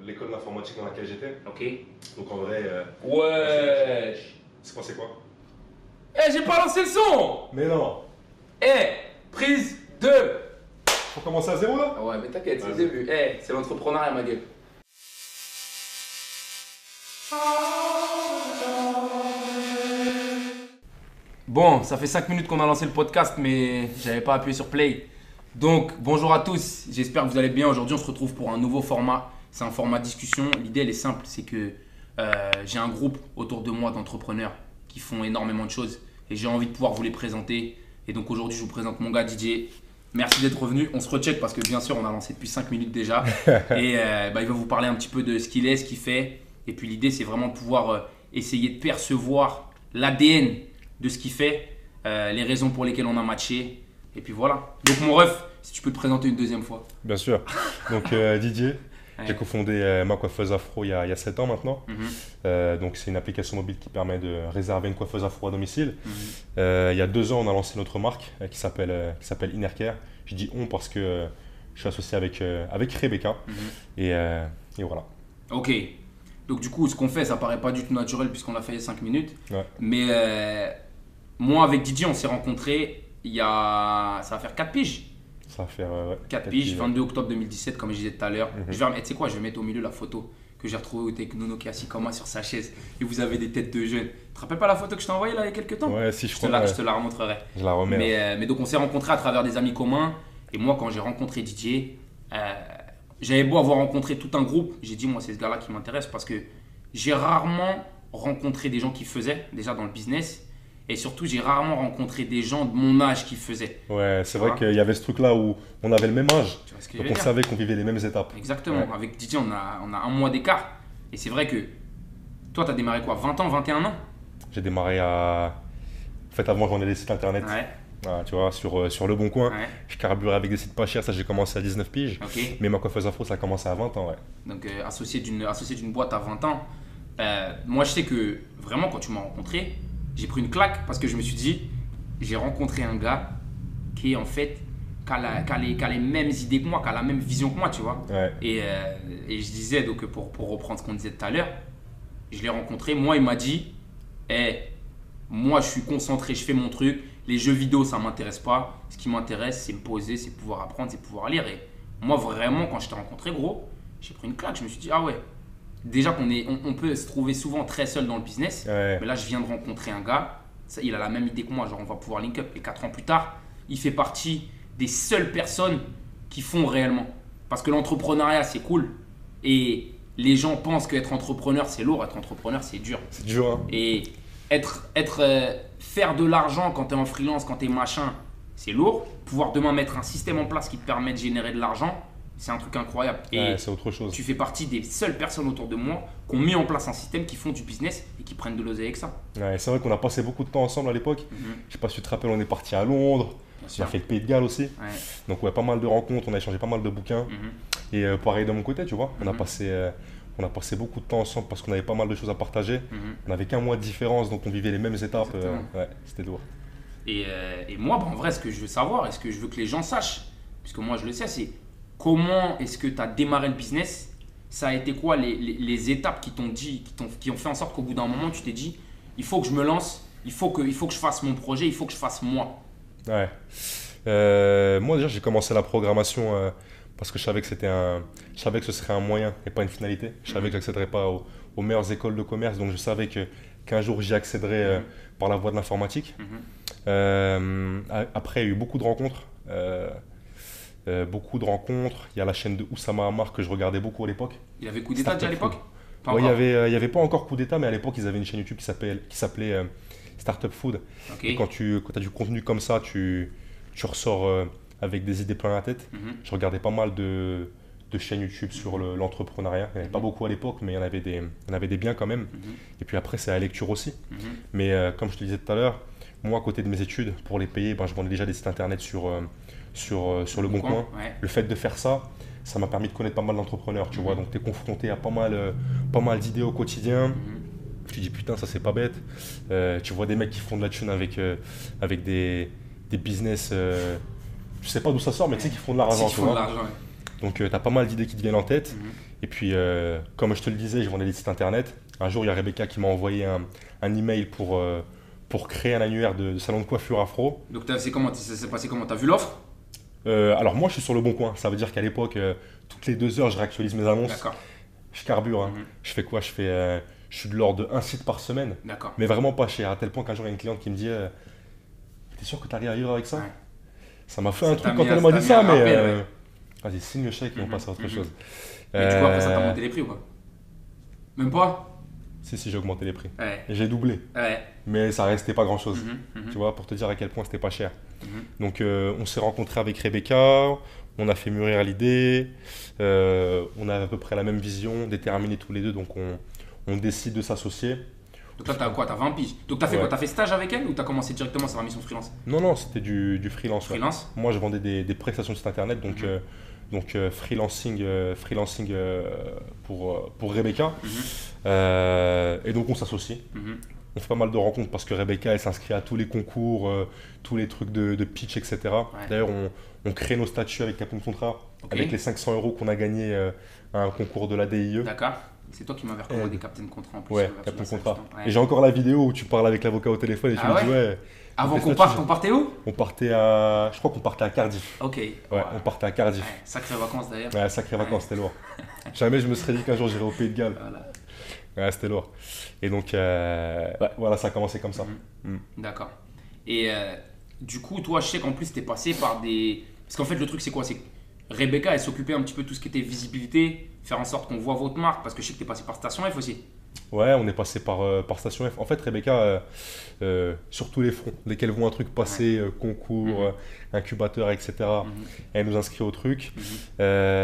l'école d'informatique dans laquelle j'étais. Ok. Donc en vrai, Wesh. c'est passé quoi? Eh, j'ai pas lancé le son. Mais non. Eh, prise 2. Faut commencer à zéro là? Ah ouais, mais t'inquiète, c'est le Vas-y. début. Eh, c'est l'entrepreneuriat, ma gueule. Bon, ça fait 5 minutes qu'on a lancé le podcast, mais j'avais pas appuyé sur play. Donc, bonjour à tous, j'espère que vous allez bien. Aujourd'hui, on se retrouve pour un nouveau format. C'est un format discussion. L'idée, elle est simple, c'est que j'ai un groupe autour de moi d'entrepreneurs qui font énormément de choses et j'ai envie de pouvoir vous les présenter. Et donc, aujourd'hui, je vous présente mon gars DJ. Merci d'être revenu. On se recheck parce que bien sûr, on a lancé depuis 5 minutes déjà. Et il va vous parler un petit peu de ce qu'il est, ce qu'il fait. Et puis, l'idée, c'est vraiment de pouvoir essayer de percevoir l'ADN de ce qu'il fait, les raisons pour lesquelles on a matché. Et puis voilà. Donc mon ref, si tu peux te présenter une deuxième fois. Bien sûr. Donc Didier, j'ai cofondé Ma Coiffeuse Afro il y a 7 ans maintenant. Donc c'est une application mobile qui permet de réserver une coiffeuse afro à domicile. Il y a 2 ans, on a lancé notre marque qui s'appelle Innercare. Je dis on parce que je suis associé avec Rebecca. Et voilà. Ok. Donc du coup, ce qu'on fait, ça paraît pas du tout naturel puisqu'on l'a fait il y a 5 minutes. Ouais. Mais moi, avec Didier, on s'est rencontrés ça va faire 4 piges. Ça va faire 4 piges, 22 octobre 2017, comme je disais tout à l'heure. Tu sais quoi, je vais mettre au milieu la photo que j'ai retrouvée où t'es avec Nono qui est assis comme moi sur sa chaise et vous avez des têtes de jeunes. Tu te rappelles pas la photo que je t'ai envoyée là il y a quelques temps? Ouais, si je crois. Je te la remontrerai. Je la remets. Mais donc on s'est rencontrés à travers des amis communs. Et moi, quand j'ai rencontré Didier, j'avais beau avoir rencontré tout un groupe, j'ai dit moi c'est ce gars-là qui m'intéresse parce que j'ai rarement rencontré des gens qui faisaient déjà dans le business. Et surtout, j'ai rarement rencontré des gens de mon âge qui faisaient. Ouais, c'est vrai qu'il y avait ce truc-là où on avait le même âge. Tu vois ce que je Donc veux on dire? savait qu'on vivait les mêmes étapes. Exactement. Ouais. Avec Didier, on a un mois d'écart. Et c'est vrai que toi, tu as démarré quoi? 20 ans, 21 ans? J'ai démarré à. En fait, avant, j'en ai des sites internet. Ouais. Voilà, tu vois, sur Le Bon Coin. Ouais. Je carburais avec des sites pas chers. Ça, j'ai commencé à 19 piges. Ok. Mais Ma Coiffeuse Afro, ça a commencé à 20 ans, ouais. Donc, associé d'une boîte à 20 ans. Moi, je sais que vraiment, quand tu m'as rencontré, j'ai pris une claque parce que je me suis dit, j'ai rencontré un gars qui est en fait, qui a les mêmes idées que moi, qui a la même vision que moi, tu vois. Ouais. Et je disais, donc pour reprendre ce qu'on disait tout à l'heure, je l'ai rencontré. Moi, il m'a dit, moi, je suis concentré, je fais mon truc. Les jeux vidéo, ça ne m'intéresse pas. Ce qui m'intéresse, c'est me poser, c'est pouvoir apprendre, c'est pouvoir lire. Et moi, vraiment, quand je t'ai rencontré, gros, j'ai pris une claque. Je me suis dit, ah ouais, déjà on peut se trouver souvent très seul dans le business. Ouais. Mais là, je viens de rencontrer un gars, il a la même idée que moi, genre on va pouvoir link up. Et 4 ans plus tard, il fait partie des seules personnes qui font réellement. Parce que l'entrepreneuriat, c'est cool. Et les gens pensent qu'être entrepreneur, c'est lourd. Être entrepreneur, c'est dur. C'est dur, hein. Et faire de l'argent quand tu es en freelance, quand tu es machin, c'est lourd. Pouvoir demain mettre un système en place qui te permet de générer de l'argent, c'est un truc incroyable. Et Ouais, c'est autre chose. tu fais partie des seules personnes autour de moi qui ont mis en place un système, qui font du business et qui prennent de l'oseille avec ça. Ouais, c'est vrai qu'on a passé beaucoup de temps ensemble à l'époque. Je sais pas si tu te rappelles, on est parti à Londres. Bien On sûr. a fait le Pays de Galles aussi. Ouais. Donc, ouais, pas mal de rencontres. On a échangé pas mal de bouquins. Et pareil de mon côté, tu vois. On a passé beaucoup de temps ensemble parce qu'on avait pas mal de choses à partager. On n'avait qu'un mois de différence, donc on vivait les mêmes étapes. Exactement. Ouais, c'était lourd. Et moi, en vrai, ce que je veux savoir, et ce que je veux que les gens sachent, puisque moi je le sais, c'est comment est-ce que tu as démarré le business? Ça a été quoi les étapes qui ont fait en sorte qu'au bout d'un moment, tu t'es dit, il faut que je me lance, il faut que je fasse mon projet, il faut que je fasse moi. Ouais. Moi déjà j'ai commencé la programmation parce que je savais que je savais que ce serait un moyen et pas une finalité. Je savais que j'accéderais pas aux meilleures écoles de commerce, donc je savais qu'un jour j'y accéderais par la voie de l'informatique. Après il y a eu beaucoup de rencontres. Il y a la chaîne de Oussama Ammar que je regardais beaucoup à l'époque. Il y avait coup d'état déjà à l'époque? Pas Ouais, il encore. y avait pas encore coup d'état, mais à l'époque ils avaient une chaîne YouTube qui s'appelait Startup Food. Ok. Et quand tu as du contenu comme ça, tu ressors avec des idées plein la tête. Je regardais pas mal de chaînes YouTube sur l'entrepreneuriat. Il n'y en avait pas beaucoup à l'époque, mais il y en avait des biens quand même. Et puis après, c'est la lecture aussi. Mais comme je te disais tout à l'heure, moi, à côté de mes études, pour les payer, je vendais déjà des sites internet sur Le Bon Coin. Ouais. Le fait de faire ça, ça m'a permis de connaître pas mal d'entrepreneurs, tu vois. Donc, tu es confronté à pas mal d'idées au quotidien. Tu dis putain, ça c'est pas bête. Tu vois des mecs qui font de la thune avec des business. Je sais pas d'où ça sort, mais tu sais qu'ils font de l'argent. Si tu tu fais de vois. l'argent, ouais. Donc tu as pas mal d'idées qui te viennent en tête. Et puis, comme je te le disais, je vendais des sites internet. Un jour, il y a Rebecca qui m'a envoyé un email pour créer un annuaire de salon de coiffure afro. Donc, ça s'est passé comment? T'as vu l'offre? Alors moi, je suis sur le bon coin. Ça veut dire qu'à l'époque, toutes les 2 heures, je réactualise mes annonces. D'accord. Je carbure. Hein. Mhm. Je fais quoi? Je suis de l'ordre de un site par semaine. D'accord. Mais vraiment pas cher. À tel point qu'un jour, il y a une cliente qui me dit t'es sûr que tu arrives à vivre avec ça? Ouais. Ça m'a fait Ça un t'a truc mis quand un- elle m'a ça dit t'a ça, mis un mais rappel, ouais. vas-y, signe le chèque et on Mhm, passe à autre mhm. chose. Mais du coup, après ça, t'as Euh, monté les prix ou pas? Même pas? Si, j'ai augmenté les prix. Ouais. Et j'ai doublé. Ouais. Mais ça restait pas grand chose. Mhm, mhm, Tu vois, pour te dire à quel point c'était pas cher. mhm. Donc on s'est rencontré avec Rebecca, on a fait mûrir l'idée, on a à peu près la même vision, déterminée tous les deux, donc on décide de s'associer. Donc là, t'as quoi? T'as 20 piges. Donc t'as fait Ouais. quoi? T'as fait stage avec elle ou t'as commencé directement sur la mission freelance? Non, c'était du freelance. Ouais. Freelance? Moi, je vendais des prestations de site internet, donc, Mhm. freelancing pour Rebecca. Mhm, Et donc on s'associe. mhm. On fait pas mal de rencontres parce que Rebecca, elle s'inscrit à tous les concours, tous les trucs de pitch, etc. D'ailleurs, on crée nos statuts avec Captain Contrat, Ok. avec les 500 euros qu'on a gagnés à un concours de la DIE. D'accord. C'est toi qui m'avais recommandé Captain Contrat en plus. Ouais, sur la version Captain de Contrat. Saint-Justin. Ouais. Et j'ai encore la vidéo où tu parles avec l'avocat au téléphone et tu Ah lui dis ouais. Avant les qu'on statuts, parte, on partait où? on partait à. Je crois qu'on partait à Cardiff. Ok. Ouais, on partait à Cardiff. Ouais, sacrées vacances d'ailleurs. Ouais, sacrées vacances, c'était lourd. Jamais je me serais dit qu'un jour j'irais au Pays de Galles. Voilà. Ouais, c'était lourd. Et donc, ouais, voilà, ça a commencé comme ça. Mhm. D'accord. Et du coup, toi, je sais qu'en plus, t'es passé par des. Parce qu'en fait, le truc, c'est quoi? C'est que Rebecca, elle s'occupait un petit peu de tout ce qui était visibilité, faire en sorte qu'on voit votre marque, parce que je sais que t'es passé par Station F aussi. Ouais, on est passé par Station F. En fait, Rebecca, sur tous les fronts, dès qu'elle voit un truc passer, concours, incubateur, etc., elle nous inscrit au truc. Mhm.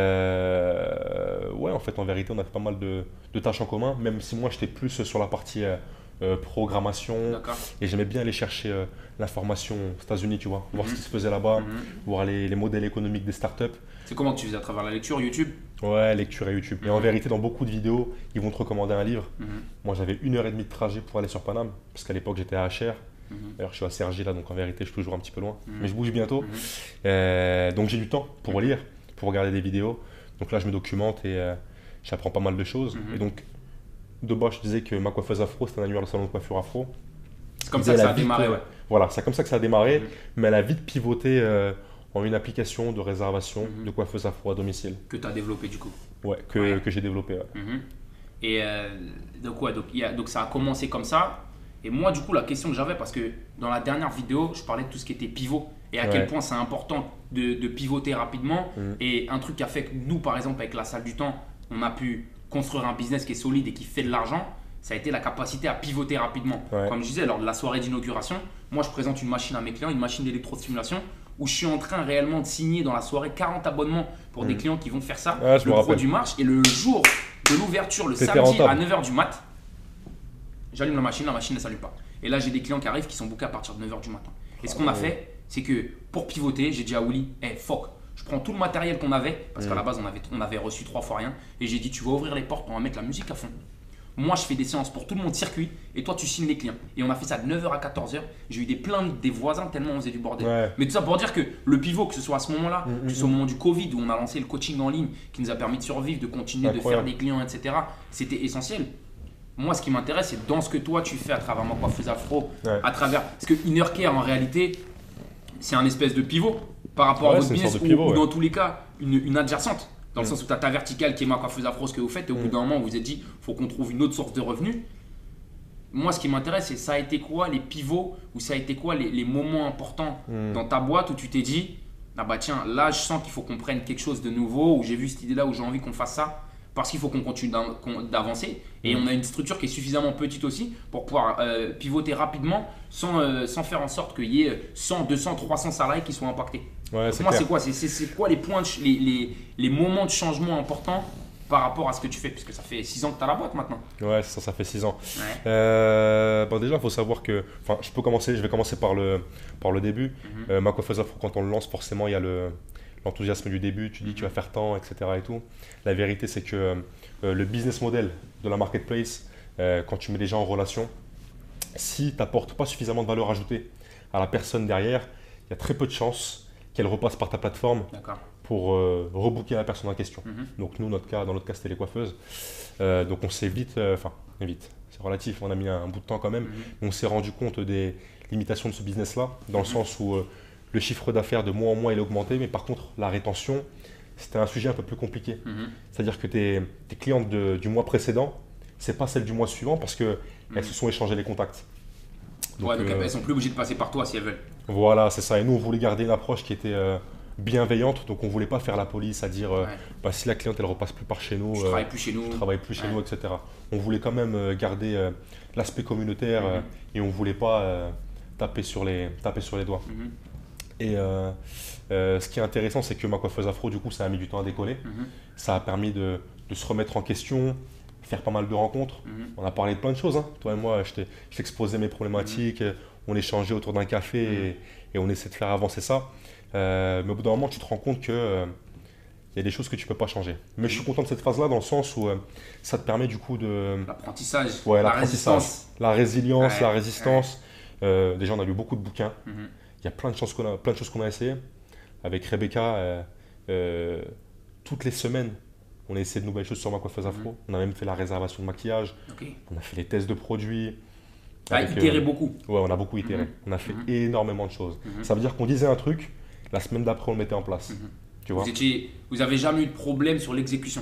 Ouais, en fait, en vérité, on a fait pas mal de tâches en commun, même si moi, j'étais plus sur la partie programmation. D'accord. Et j'aimais bien aller chercher l'information aux États-Unis, tu vois, voir ce Mhm. qui se faisait là-bas, Mhm. voir les modèles économiques des startups. C'est comment que tu faisais à travers la lecture YouTube? Ouais, lecture et YouTube. Et en vérité, dans beaucoup de vidéos, ils vont te recommander un livre. Mhm. Moi, j'avais 1 heure et demie de trajet pour aller sur Paname, parce qu'à l'époque, j'étais à HR. Mhm. D'ailleurs, je suis à Cergy là, donc en vérité, je suis toujours un petit peu loin. Mhm. Mais je bouge bientôt. Mhm. Donc, j'ai du temps pour lire, pour regarder des vidéos. Donc là, je me documente et j'apprends pas mal de choses. Mhm. Et donc, de bas, je disais que ma coiffeuse afro, c'était un annuaire de salon de coiffure afro. C'est comme ça que ça a démarré, ouais. Voilà, c'est comme ça que ça a démarré, Mhm. mais elle a vite pivoté en une application de réservation Mhm. de coiffeuse afro à domicile. Que tu as développé du coup. Ouais, Ouais. que j'ai développé. Ouais. Mhm. Et donc, ouais, donc ça a commencé comme ça. Et moi, du coup, la question que j'avais, parce que dans la dernière vidéo, je parlais de tout ce qui était pivot et à quel Ouais. point c'est important de pivoter rapidement. Mhm. Et un truc qui a fait que nous, par exemple, avec la salle du temps, on a pu construire un business qui est solide et qui fait de l'argent, ça a été la capacité à pivoter rapidement. Ouais. Comme je disais, lors de la soirée d'inauguration, moi, je présente une machine à mes clients, une machine d'électrostimulation, où je suis en train réellement de signer dans la soirée 40 abonnements pour des clients qui vont faire ça. Ouais, je Le me rappelle. produit marche et le jour de l'ouverture, le T'étais samedi rentable. à 9h du mat, j'allume la machine ne s'allume pas. Et là, j'ai des clients qui arrivent qui sont bookés à partir de 9h du matin. Et ce qu'on a fait, c'est que pour pivoter, j'ai dit à Willy, hey, fuck, je prends tout le matériel qu'on avait, parce qu'à la base, on avait reçu 3 fois rien, et j'ai dit, tu vas ouvrir les portes, on va mettre la musique à fond. Moi, je fais des séances pour tout le monde circuit, et toi, tu signes les clients. Et on a fait ça de 9h à 14h. J'ai eu des plaintes des voisins tellement on faisait du bordel. Ouais. Mais tout ça pour dire que le pivot, que ce soit à ce moment-là, que ce soit au moment du Covid, où on a lancé le coaching en ligne, qui nous a permis de survivre, de continuer de faire Incroyable. des clients, etc., c'était essentiel. Moi, ce qui m'intéresse, c'est dans ce que toi, tu fais à travers ma coiffeuse afro, Ouais. à travers… Parce que Inner Care, en réalité, c'est un espèce de pivot par rapport Ouais, à votre c'est une business, sorte de pivot, ou ouais. dans tous les cas, une adjacente. Dans le sens où tu as ta verticale qui est ma coiffeuse afro, ce que vous faites, et au bout d'un moment, vous vous êtes dit, il faut qu'on trouve une autre source de revenus. Moi, ce qui m'intéresse, c'est ça a été quoi les pivots, ou ça a été quoi les moments importants dans ta boîte où tu t'es dit, ah bah tiens, là, je sens qu'il faut qu'on prenne quelque chose de nouveau, ou j'ai vu cette idée-là, où j'ai envie qu'on fasse ça, parce qu'il faut qu'on continue d'avancer. Et on a une structure qui est suffisamment petite aussi pour pouvoir pivoter rapidement sans faire en sorte qu'il y ait 100, 200, 300 salariés qui soient impactés. Ouais, Donc c'est moi, clair. c'est quoi C'est quoi les points, les moments de changement importants par rapport à ce que tu fais? Puisque ça fait 6 ans que tu as la boîte maintenant. Ouais, ça fait 6 ans. Ouais. Bon, déjà, il faut savoir que. Enfin, je vais commencer par le début. Ma coiffeuse afro, quand on le lance, forcément, il y a l'enthousiasme du début. Tu dis, tu vas faire tant, etc. Et tout. La vérité, c'est que le business model de la marketplace, quand tu mets les gens en relation, si tu n'apportes pas suffisamment de valeur ajoutée à la personne derrière, il y a très peu de chances qu'elle repasse par ta plateforme D'accord. pour rebooker la personne en question. Donc nous, dans notre cas, c'était les coiffeuses. Donc on s'est vite, c'est relatif, on a mis un bout de temps quand même, mais on s'est rendu compte des limitations de ce business-là, dans le sens où le chiffre d'affaires de mois en mois il a augmenté, mais par contre la rétention, c'était un sujet un peu plus compliqué. C'est-à-dire que tes clientes du mois précédent, c'est pas celles du mois suivant parce qu'elles se sont échangées les contacts. Donc elles sont plus obligées de passer par toi si elles veulent. Voilà, c'est ça. Et nous, on voulait garder une approche qui était bienveillante, donc on voulait pas faire la police à dire si la cliente elle repasse plus par chez nous, je travaille plus chez nous, etc. On voulait quand même garder l'aspect communautaire et on voulait pas taper sur les doigts. Et ce qui est intéressant, c'est que ma coiffeuse afro, du coup, ça a mis du temps à décoller. Ça a permis de se remettre en question, faire pas mal de rencontres. On a parlé de plein de choses. Hein. Toi et moi, je t'exposais mes problématiques, on échangeait autour d'un café et on essaie de faire avancer ça. Mais au bout d'un moment, tu te rends compte que il y a des choses que tu peux pas changer. Mais je suis content de cette phase-là dans le sens où ça te permet du coup de… L'apprentissage, la résistance, la résistance. Déjà, on a lu beaucoup de bouquins. Il y a plein de choses qu'on a essayé. Avec Rebecca, toutes les semaines, on a essayé de nouvelles choses sur ma coiffeuse afro. On a même fait la réservation de maquillage. On a fait les tests de produits. Tu as itéré beaucoup. Ouais, on a beaucoup itéré. On a fait énormément de choses. Ça veut dire qu'on disait un truc, la semaine d'après, on le mettait en place. Tu vois, vous avez jamais eu de problème sur l'exécution?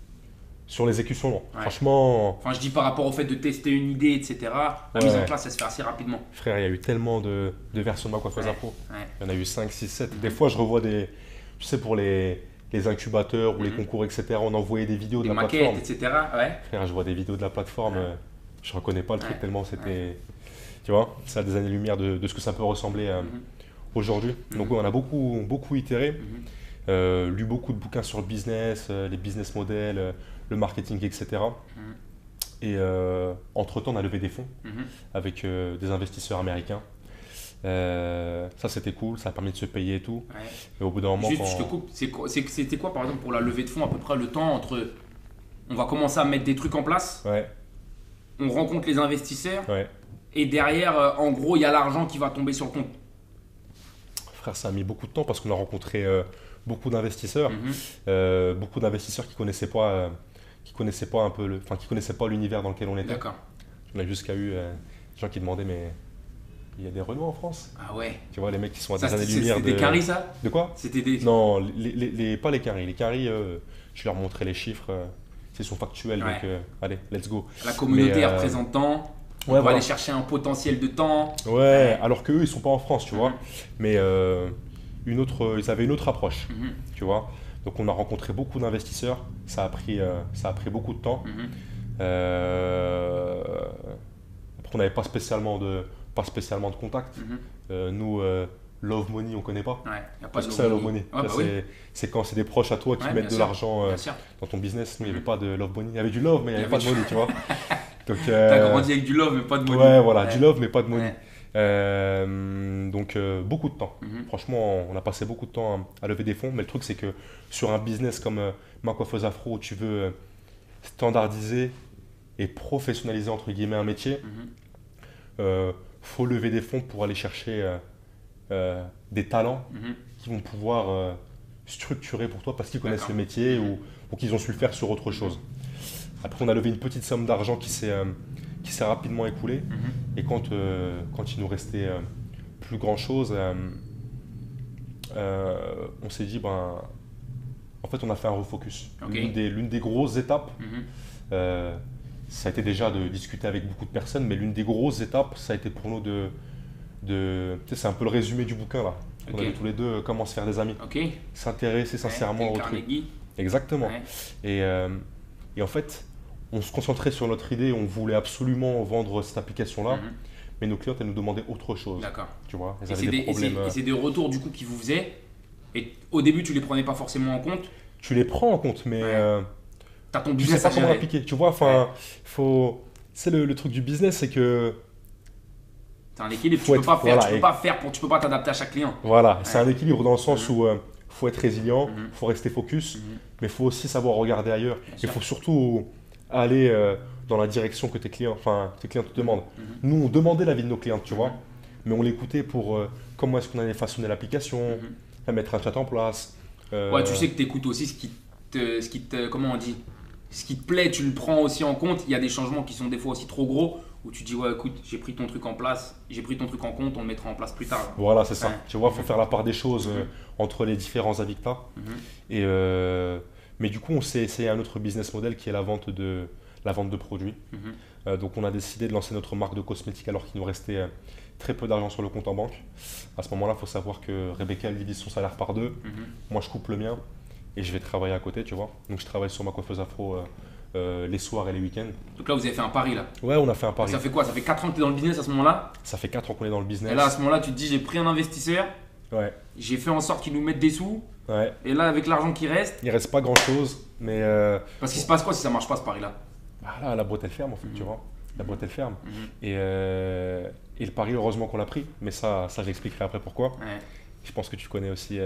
Sur l'exécution, non. Franchement… Enfin, je dis par rapport au fait de tester une idée, etc. La mise en place, ça se fait assez rapidement. Frère, il y a eu tellement de versions de ma coiffeuse afro. Il y en a eu 5, 6, 7. Des fois, je revois tu sais, pour les incubateurs ou les concours, etc. On envoyait des vidéos de la plateforme. Des maquettes, etc. Frère, je vois des vidéos de la plateforme. Je reconnais pas le truc tellement c'était… Tu vois, ça a des années-lumière de ce que ça peut ressembler aujourd'hui. Donc, on a beaucoup itéré. Lu beaucoup de bouquins sur le business, les business models, le marketing, etc. Et entre-temps, on a levé des fonds avec des investisseurs américains. Ça, c'était cool, ça a permis de se payer et tout. Et au bout d'un moment… Juste, je te coupe, c'était quoi par exemple pour la levée de fonds à peu près le temps entre… On va commencer à mettre des trucs en place, on rencontre les investisseurs et derrière, en gros, il y a l'argent qui va tomber sur le compte. Frère, ça a mis beaucoup de temps parce qu'on a rencontré beaucoup d'investisseurs, qui connaissaient pas un peu qui connaissaient pas l'univers dans lequel on était. D'accord. On a jusqu'à eu des gens qui demandaient mais il y a des Renault en France? Ah ouais. Tu vois les mecs qui sont à des années-lumière C'était des caries ça? De quoi? C'était des… Non, pas les caries. Les caries, je leur montrais les chiffres, ils sont factuels donc allez, let's go. La communauté représente tant. On va aller chercher un potentiel de temps. Alors qu'eux, ils sont pas en France, tu vois. Mais ils avaient une autre approche, tu vois. Donc on a rencontré beaucoup d'investisseurs, ça a pris beaucoup de temps. Après, on n'avait pas spécialement de contact. Nous, Love Money, on connaît pas. Y a pas de Love Money. C'est quand c'est des proches à toi qui mettent de l'argent dans ton business. Nous, il n'y avait pas de Love Money. Il y avait du Love, mais il n'y avait pas de money, tu vois. T'as grandi avec du love mais pas de money. Ouais, voilà, du love mais pas de money. Donc beaucoup de temps. Franchement, on a passé beaucoup de temps à lever des fonds. Mais le truc, c'est que sur un business comme ma coiffeuse afro, où tu veux standardiser et professionnaliser entre guillemets un métier, faut lever des fonds pour aller chercher des talents qui vont pouvoir structurer pour toi parce qu'ils connaissent le métier ou qu'ils ont su le faire sur autre chose. Après, on a levé une petite somme d'argent qui s'est rapidement écoulée. Et quand il nous restait plus grand chose, on s'est dit, en fait, on a fait un refocus. L'une des grosses étapes, ça a été déjà de discuter avec beaucoup de personnes, mais l'une des grosses étapes, ça a été pour nous tu sais, c'est un peu le résumé du bouquin là. On a vu tous les deux comment se faire des amis. S'intéresser sincèrement au truc. Exactement. Et en fait, on se concentrait sur notre idée, on voulait absolument vendre cette application-là, mais nos clientes, elles nous demandaient autre chose. D'accord. Tu vois, elles avaient des problèmes. Et c'est des retours du coup qui vous faisaient, et au début, tu les prenais pas forcément en compte? Tu les prends en compte, mais t'as ton tu business sais pas comment l'appliquer. Tu vois, c'est le truc du business, c'est que c'est un équilibre, tu peux pas t'adapter à chaque client. Voilà, c'est un équilibre dans le sens où faut être résilient, faut rester focus, mais il faut aussi savoir regarder ailleurs. Il faut surtout aller dans la direction que tes clients te demandent. Nous, on demandait l'avis de nos clientes, tu vois, mais on l'écoutait pour comment est-ce qu'on allait façonner l'application, mettre un chat en place, Ouais, tu sais que tu écoutes aussi comment on dit, ce qui te plaît, tu le prends aussi en compte. Il y a des changements qui sont des fois aussi trop gros où tu dis ouais écoute, j'ai pris ton truc en place, j'ai pris ton truc en compte, on le mettra en place plus tard. Voilà, c'est ça. Ouais. Tu vois, il faut faire la part des choses entre les différents habitats. Et, mais du coup, on s'est essayé un autre business model qui est la vente de produits. Donc, on a décidé de lancer notre marque de cosmétiques alors qu'il nous restait très peu d'argent sur le compte en banque. À ce moment-là, il faut savoir que Rebecca, elle divise son salaire par deux. Moi, je coupe le mien et je vais travailler à côté, tu vois. Donc, je travaille sur ma coiffeuse afro les soirs et les week-ends. Donc là, vous avez fait un pari là. Ouais, on a fait un pari. Ça fait quoi? Ça fait 4 ans que tu es dans le business à ce moment-là? Ça fait 4 ans qu'on est dans le business. Et là, à ce moment-là, tu te dis j'ai pris un investisseur, Ouais, j'ai fait en sorte qu'il nous mette des sous. ouais. Et là, avec l'argent qui reste, Il reste pas grand-chose, mais parce qu'il se passe quoi si ça marche pas ce pari là? là, la boîte elle ferme en fait, tu vois. La boîte elle ferme. Et le pari, heureusement qu'on l'a pris, mais ça j'expliquerai après pourquoi. Ouais. Je pense que tu connais aussi.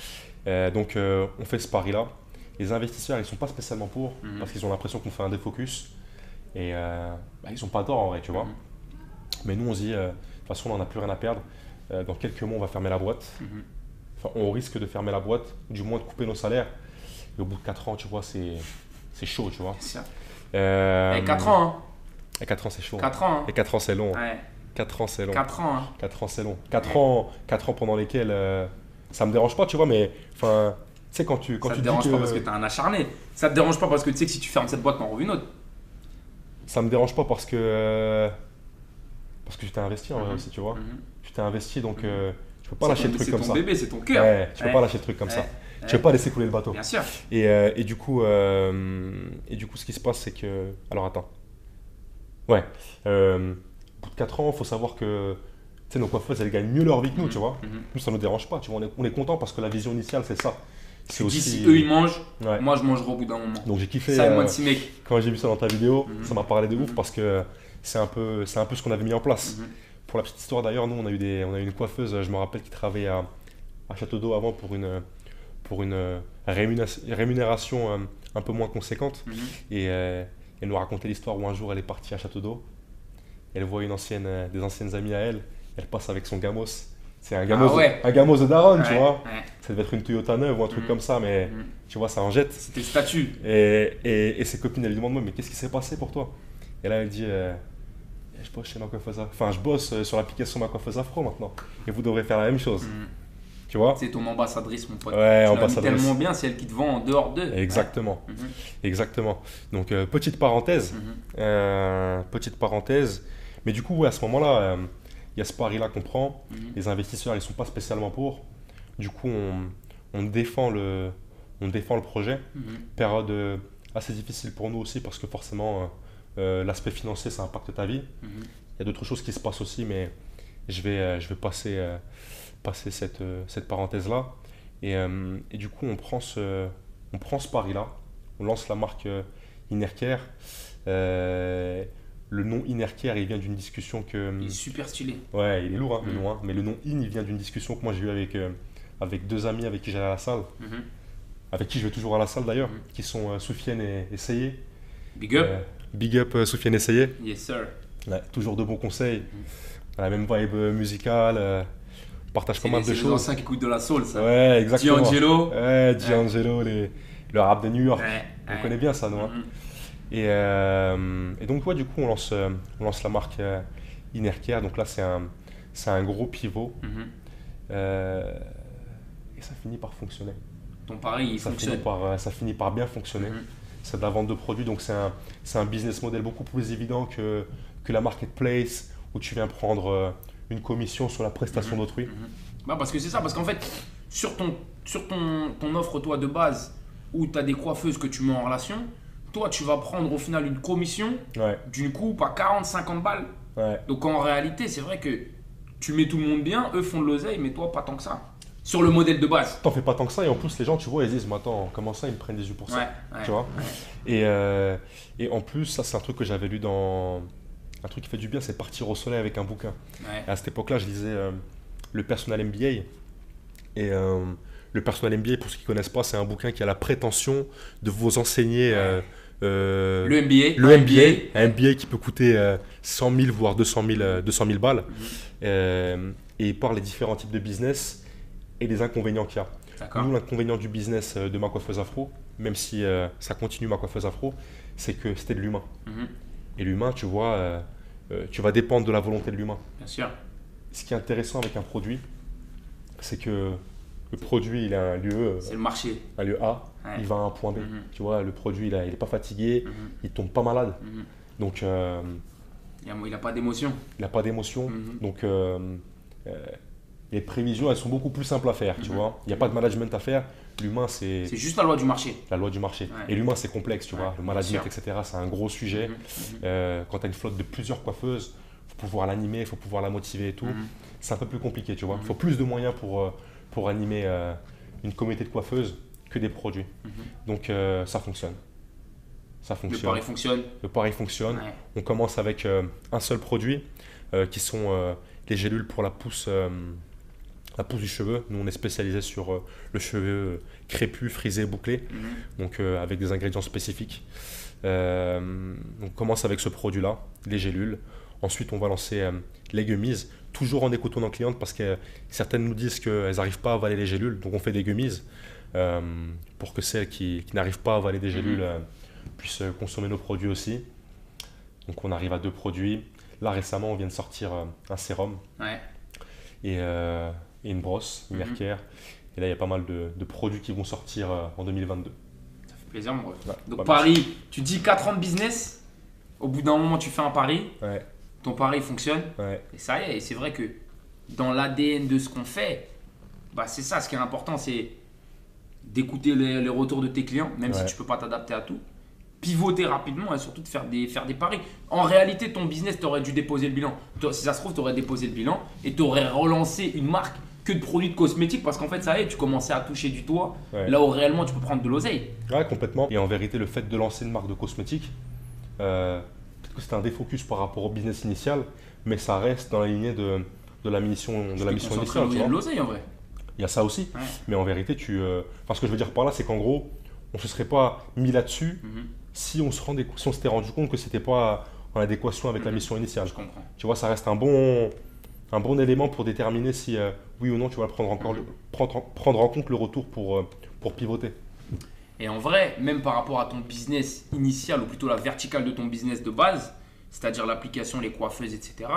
Donc, on fait ce pari-là. Les investisseurs, ils sont pas spécialement pour, parce qu'ils ont l'impression qu'on fait un défocus. Et ils ont pas tort en vrai, tu vois. Mais nous, on se dit, de toute façon, on n'en a plus rien à perdre. Dans quelques mois, on va fermer la boîte. Enfin, on risque de fermer la boîte, ou du moins de couper nos salaires. Et au bout de 4 ans, tu vois, c'est chaud, tu vois. C'est ça. Euh, Et 4 ans, hein. Et 4 ans, c'est chaud. 4 ans, hein. Et 4 ans, c'est long. Ouais. 4 ans, c'est long. 4 ans, hein. 4 ans, c'est long. 4 ans pendant lesquels ça me dérange pas, tu vois, mais enfin, tu sais, quand tu Ça te dis dérange que pas parce que t'es un acharné. Ça te dérange pas parce que tu sais que si tu fermes cette boîte, t'en rouvres une autre. ça me dérange pas parce que tu t'es investi en vrai aussi, tu vois. Tu t'es investi, donc tu peux pas lâcher le truc comme ça. C'est ton bébé, c'est ton cœur. Ouais, tu peux pas lâcher le truc comme ça. Tu peux pas laisser couler le bateau. Bien sûr. Et du coup, ce qui se passe, c'est que. Alors attends. Ouais. Au bout de 4 ans, il faut savoir que tu sais, nos coiffeuses, elles gagnent mieux leur vie que nous, tu vois. Nous, ça nous dérange pas, tu vois. On est content parce que la vision initiale, c'est ça. C'est Tu dis si eux ils mangent, Ouais. moi je mangerai au bout d'un moment. Donc j'ai kiffé. Ça, moi de 6 mecs. Quand j'ai vu ça dans ta vidéo, ça m'a parlé de ouf parce que c'est un peu ce qu'on avait mis en place. Pour la petite histoire d'ailleurs, nous on a eu une coiffeuse, je me rappelle, qui travaillait à Château d'Eau avant pour une rémunération un peu moins conséquente. Et elle nous racontait l'histoire où un jour elle est partie à Château d'Eau, elle voit des anciennes amies à elle, elle passe avec son gamos. C'est un gamos, un gamos de Daron, tu vois. Ouais. Ça devait être une Toyota neuve ou un truc comme ça, mais tu vois, ça en jette. C'était le statut. Et ses copines, elles lui demandent, mais qu'est-ce qui s'est passé pour toi? Et là, elle dit, je bosse chez ma coiffeuse afro. Enfin, je bosse sur l'application Ma Coiffeuse Afro maintenant. Et vous devrez faire la même chose. Tu vois? C'est ton ambassadrice, mon pote. Ouais, tu ambassadrice. l'as mis tellement bien, c'est elle qui te vend en dehors d'eux. Exactement. Ouais. Exactement. Donc, petite parenthèse. Mais du coup, ouais, à ce moment-là, il y a ce pari-là qu'on prend. Les investisseurs, ils ne sont pas spécialement pour. Du coup, on défend le projet. Période assez difficile pour nous aussi parce que forcément, l'aspect financier, ça impacte ta vie. Il y a d'autres choses qui se passent aussi, mais je vais passer cette parenthèse-là. Et du coup, on prend ce pari-là. On lance la marque Innercare. Le nom Innercare, il vient d'une discussion que. Il est super stylé. Ouais, il est lourd, le nom. Mais le nom In, il vient d'une discussion que moi j'ai eue avec deux amis avec qui j'allais à la salle. Avec qui je vais toujours à la salle d'ailleurs, qui sont Soufiane et Seyé. Big up. Big up Soufiane et Seyé. Yes, sir. Ouais, toujours de bons conseils. La même vibe musicale. On partage pas mal de C'est les choses. anciens qui écoutent de la soul, ça. Ouais, exactement. D'Angelo. Ouais, D'Angelo, le rap de New York. On connaît bien ça, nous. Et donc, ouais, du coup, on lance la marque Innercare. Donc là, c'est un gros pivot. Et ça finit par fonctionner. Ton pari, il fonctionne. Ça finit par bien fonctionner. C'est de la vente de produits. Donc, c'est un business model beaucoup plus évident que la marketplace où tu viens prendre une commission sur la prestation d'autrui. Bah parce que c'est ça. Parce qu'en fait, sur ton offre, toi, de base, où tu as des coiffeuses que tu mets en relation, toi, tu vas prendre au final une commission d'une coupe à 40-50 balles. Ouais. Donc en réalité, c'est vrai que tu mets tout le monde bien, eux font de l'oseille, mais toi, pas tant que ça. Sur le modèle de base. T'en fais pas tant que ça, et en plus, les gens, tu vois, ils disent, mais attends, comment ça, ils me prennent 18%? Tu vois? Et en plus, ça, c'est un truc que j'avais lu dans. Un truc qui fait du bien, c'est Partir au soleil avec un bouquin. Et à cette époque-là, je lisais le Personal MBA. Et le Personal MBA, pour ceux qui ne connaissent pas, c'est un bouquin qui a la prétention de vous enseigner. Le MBA. Le MBA. Un MBA qui peut coûter 100 000 voire 200 000 balles. Et il parle des différents types de business et des inconvénients qu'il y a. D'accord. Nous, l'inconvénient du business de ma coiffeuse afro, même si ça continue ma coiffeuse afro, c'est que c'était de l'humain. Mhm. Et l'humain, tu vois, tu vas dépendre de la volonté de l'humain. Bien sûr. Ce qui est intéressant avec un produit, c'est que le produit, il a un lieu, C'est le marché. un lieu A, Ouais. il va à un point B. Mhm. Tu vois, le produit, il n'est pas fatigué, Mhm. il tombe pas malade. Mhm. Donc, Il n'a pas d'émotion. il n'a pas d'émotion. Mhm. Donc, les prévisions, elles sont beaucoup plus simples à faire. Tu Mhm. vois, il n'y a pas de management à faire. L'humain, c'est C'est juste la loi du marché. la loi du marché. Ouais. Et l'humain, c'est complexe, tu Ouais, vois. Le bien management, sûr. etc., c'est un gros sujet. Mhm. Quand tu as une flotte de plusieurs coiffeuses, il faut pouvoir l'animer, il faut pouvoir la motiver et tout. Mhm. C'est un peu plus compliqué, tu vois. Il Mhm. faut plus de moyens pour animer une communauté de coiffeuses que des produits. Mhm. Donc, ça fonctionne. Ça Le fonctionne. pari fonctionne. Le pari fonctionne. Ouais. On commence avec un seul produit qui sont les gélules pour la pousse du cheveu. Nous, on est spécialisé sur le cheveu crépus, frisé, bouclé, Mhm. donc avec des ingrédients spécifiques. On commence avec ce produit-là, les gélules. Ensuite, on va lancer les gummies, toujours en écoutant nos clientes parce que certaines nous disent qu'elles n'arrivent pas à avaler les gélules. Donc, on fait des gummies pour que celles qui n'arrivent pas à avaler des gélules puissent consommer nos produits aussi. Donc, on arrive à 2 produits. Là, récemment, on vient de sortir un sérum Ouais. et une brosse, une Mhm. mercière. Et là, il y a pas mal de produits qui vont sortir en 2022. Ça fait plaisir, mon ref. Ouais, Donc, bah, pari, tu dis 4 ans de business. Au bout d'un moment, tu fais un pari. Ouais, Ton pari fonctionne. ouais, Et ça y est, et c'est vrai que dans l'ADN de ce qu'on fait, bah c'est ça, ce qui est important, c'est d'écouter les retours de tes clients, même si Ouais. tu peux pas t'adapter à tout. Pivoter rapidement et surtout de faire des paris. En réalité, ton business, tu aurais dû déposer le bilan. Toi, si ça se trouve, tu aurais déposé le bilan et tu aurais relancé une marque que de produits de cosmétiques parce qu'en fait, ça y est, tu commençais à toucher du doigt ouais. là où réellement tu peux prendre de l'oseille. Ouais, complètement. Et en vérité, le fait de lancer une marque de cosmétiques, peut-être que c'était un défocus par rapport au business initial, mais ça reste dans la lignée de la mission, Tu t'es concentré initiale. où il Tu y a de vois. l'oseille en vrai. Il y a ça aussi. Ouais. Mais en vérité, enfin, ce que je veux dire par là, c'est qu'en gros, on ne se serait pas mis là-dessus Mhm. si on s'était rendu compte que c'était pas en adéquation avec la Mhm. mission initiale. Je comprends. Tu vois, ça reste un bon élément pour déterminer si oui ou non tu vas prendre en compte le retour pour pivoter. Et en vrai, même par rapport à ton business initial, ou plutôt la verticale de ton business de base, c'est-à-dire l'application, les coiffeuses, etc.,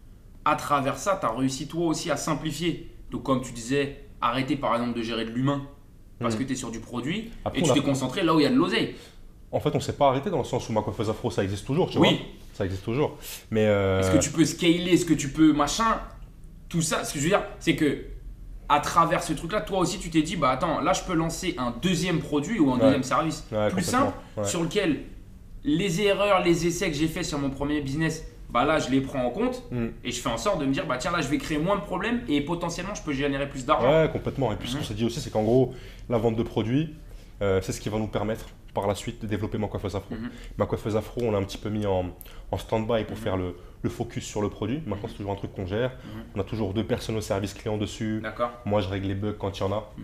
à travers ça, tu as réussi toi aussi à simplifier. Donc comme tu disais, arrêter par exemple de gérer de l'humain parce que tu es sur du produit Après, et tu t'es concentré là où il y a de l'oseille. En fait, on ne s'est pas arrêté dans le sens où ma coiffeuse afro, ça existe toujours, tu Oui. vois. Ça existe toujours. Mais Est-ce que tu peux scaler, est-ce que tu peux machin, tout ça. Ce que je veux dire, c'est que à travers ce truc-là, toi aussi, tu t'es dit, bah attends, là, je peux lancer un deuxième produit ou un Ouais. deuxième service Ouais, plus complètement. simple Ouais. sur lequel les erreurs, les essais que j'ai fait sur mon premier business, bah là, je les prends en compte et je fais en sorte de me dire, bah tiens, là, je vais créer moins de problèmes et potentiellement, je peux générer plus d'argent. Ouais, complètement. Et puis ce qu'on s'est dit aussi, c'est qu'en gros, la vente de produits, c'est ce qui va nous permettre par la suite de développer ma coiffeuse afro. Mhm. Ma coiffeuse afro, on l'a un petit peu mis en stand-by pour faire le focus sur le produit. Maintenant, c'est toujours un truc qu'on gère. On a toujours 2 personnes au service client dessus. D'accord. Moi, je règle les bugs quand il y en a.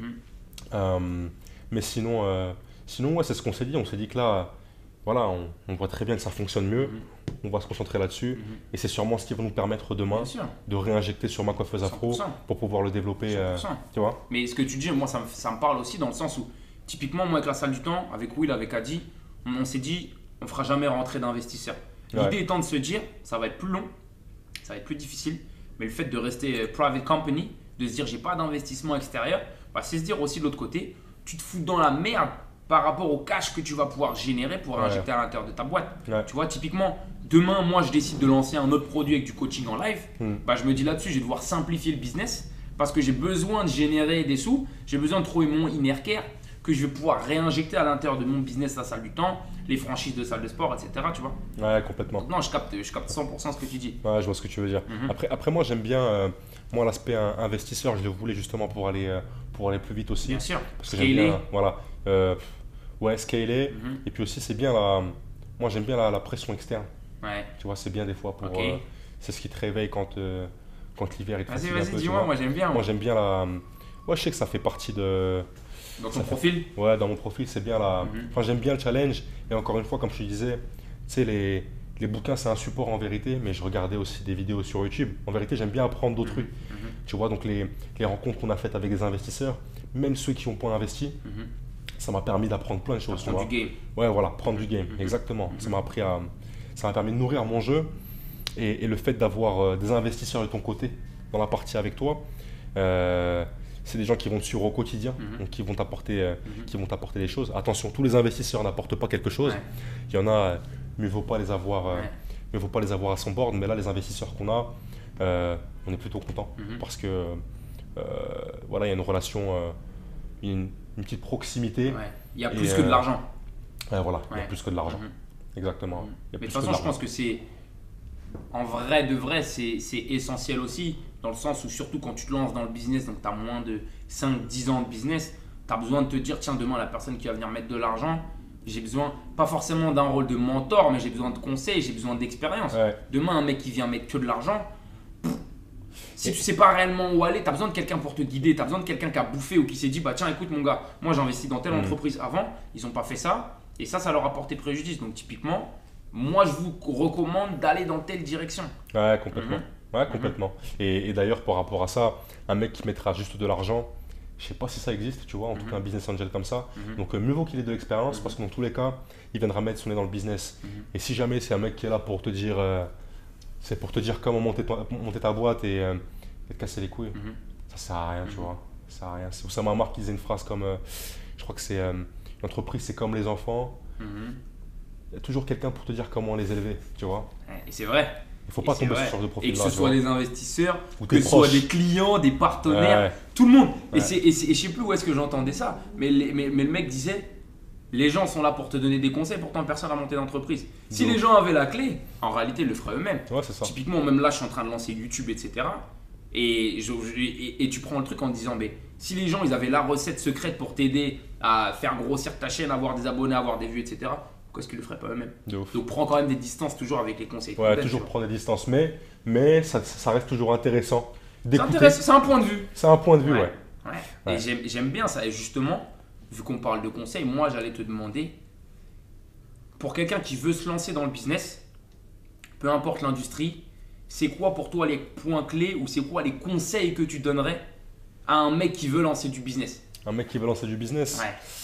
Mais sinon, ouais, c'est ce qu'on s'est dit. On s'est dit que là, voilà, on voit très bien que ça fonctionne mieux. On va se concentrer là-dessus. Et c'est sûrement ce qui va nous permettre demain Bien sûr. de réinjecter sur ma coiffeuse afro 100%. pour pouvoir le développer. 100%. Tu vois? Mais ce que tu dis, moi, ça me parle aussi dans le sens où, typiquement, moi, avec la salle du temps, avec Will, avec Adi, on s'est dit, on fera jamais rentrer d'investisseurs. L'idée Ouais. étant de se dire, ça va être plus long, ça va être plus difficile, mais le fait de rester private company, de se dire, j'ai pas d'investissement extérieur, bah, c'est se dire aussi de l'autre côté, tu te fous dans la merde par rapport au cash que tu vas pouvoir générer pour Ouais. injecter à l'intérieur de ta boîte. Ouais. Tu vois, typiquement, demain, moi, je décide de lancer un autre produit avec du coaching en live. Bah, je me dis là-dessus, je vais devoir simplifier le business parce que j'ai besoin de générer des sous, j'ai besoin de trouver mon inner care que je vais pouvoir réinjecter à l'intérieur de mon business, la salle du temps, les franchises de salle de sport, etc. Tu vois. Ouais, complètement. Donc non, je capte 100% ce que tu dis. Ouais, je vois ce que tu veux dire. Mhm. Après, moi, j'aime bien moi l'aspect investisseur. Je le voulais justement pour aller plus vite aussi. Bien sûr. Parce que j'aime Scaler. bien, voilà. Ouais, scaler. Mhm. Et puis aussi, c'est bien moi, j'aime bien la pression externe. Ouais. Tu vois, c'est bien des fois pour. Ok. C'est ce qui te réveille quand l'hiver est Vas-y, facile un peu. vas-y, tu dis-moi, vois. moi j'aime bien. Moi, j'aime bien Ouais, je sais que ça fait partie de. Dans ton ça fait- profil. Ouais, dans mon profil, c'est bien la. Mhm. Enfin, j'aime bien le challenge. Et encore une fois, comme je te disais, tu sais, les bouquins, c'est un support en vérité, mais je regardais aussi des vidéos sur YouTube. En vérité, j'aime bien apprendre d'autrui. Mhm. Tu vois, donc les rencontres qu'on a faites avec des investisseurs, même ceux qui n'ont pas investi, ça m'a permis d'apprendre plein de choses. Prendre du game. Ouais, voilà, prendre du game, exactement. Ça m'a permis de nourrir mon jeu et le fait d'avoir des investisseurs de ton côté dans la partie avec toi. C'est des gens qui vont te suivre au quotidien, donc qui vont t'apporter des choses. Attention, tous les investisseurs n'apportent pas quelque chose. Il y en a, mieux vaut pas les avoir à son board, mais là les investisseurs qu'on a, on est plutôt content parce que voilà, il y a une relation, une petite proximité. Il y a plus que de l'argent. Voilà, il y a plus que de l'argent. Exactement. Mais de toute façon, je pense que c'est en vrai de vrai, c'est essentiel aussi, dans le sens où surtout quand tu te lances dans le business, donc tu as moins de 5-10 ans de business, tu as besoin de te dire, tiens, demain la personne qui va venir mettre de l'argent, j'ai besoin, pas forcément d'un rôle de mentor, mais j'ai besoin de conseils, j'ai besoin d'expérience. Demain, un mec qui vient mettre que de l'argent, si tu sais pas réellement où aller, tu as besoin de quelqu'un pour te guider, tu as besoin de quelqu'un qui a bouffé ou qui s'est dit, bah tiens, écoute mon gars, moi j'ai investi dans telle entreprise avant, ils n'ont pas fait ça, et ça leur a porté préjudice. Donc typiquement, moi je vous recommande d'aller dans telle direction. Ouais, complètement. Ouais, complètement. Et d'ailleurs, par rapport à ça, un mec qui mettra juste de l'argent, je sais pas si ça existe, tu vois, en tout cas un business angel comme ça. Donc mieux vaut qu'il ait de l'expérience parce que dans tous les cas, il viendra mettre son nez dans le business. Et si jamais c'est un mec qui est là pour te dire, comment monter ta boîte et te casser les couilles, ça sert à rien, tu vois. Ça sert à rien. C'est Oussama Ammar qui disait une phrase comme, je crois que c'est, l'entreprise c'est comme les enfants. Il y a toujours quelqu'un pour te dire comment les élever, tu vois. Et c'est vrai. Il ne faut pas tomber sur ce genre de profil-là. Et que ce soit des investisseurs, ou que ce soit des clients, des partenaires, tout le monde. Et je ne sais plus où est-ce que j'entendais ça, mais le mec disait, les gens sont là pour te donner des conseils, pourtant personne n'a monté d'entreprise. Si les gens avaient la clé, en réalité, ils le feraient eux-mêmes. Ouais, c'est ça. Typiquement, même là, je suis en train de lancer YouTube, etc. Et tu prends le truc en te disant, mais si les gens ils avaient la recette secrète pour t'aider à faire grossir ta chaîne, avoir des abonnés, avoir des vues, etc., pourquoi est-ce qu'ils le feraient pas eux-mêmes? Donc prends quand même des distances toujours avec les conseils. Ouais, toujours prendre des distances, mais ça reste toujours intéressant d'écouter. C'est un point de vue. C'est un point de vue, ouais. Et j'aime bien ça. Et justement, vu qu'on parle de conseils, moi j'allais te demander, pour quelqu'un qui veut se lancer dans le business, peu importe l'industrie, c'est quoi pour toi les points clés ou c'est quoi les conseils que tu donnerais à un mec qui veut lancer du business? Un mec qui veut lancer du business?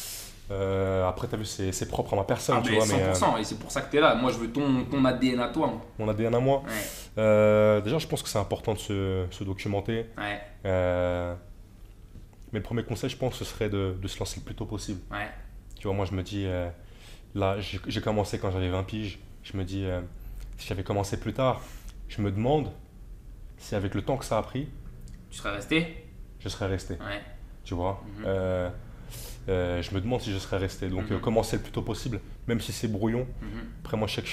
Après, tu as vu, c'est propre à ma personne, tu vois. 100%, et c'est pour ça que tu es là. Moi, je veux ton ADN à toi. Mon ADN à moi? Déjà, je pense que c'est important de se documenter. Mais le premier conseil, je pense, ce serait de se lancer le plus tôt possible. Tu vois, moi, je me dis, là, j'ai commencé quand j'avais 20 piges. Je me dis, si j'avais commencé plus tard, je me demande si avec le temps que ça a pris, tu serais resté? Je serais resté. Tu vois. Je me demande si je serais resté. Donc commencer le plus tôt possible, même si c'est brouillon. Après moi je sais que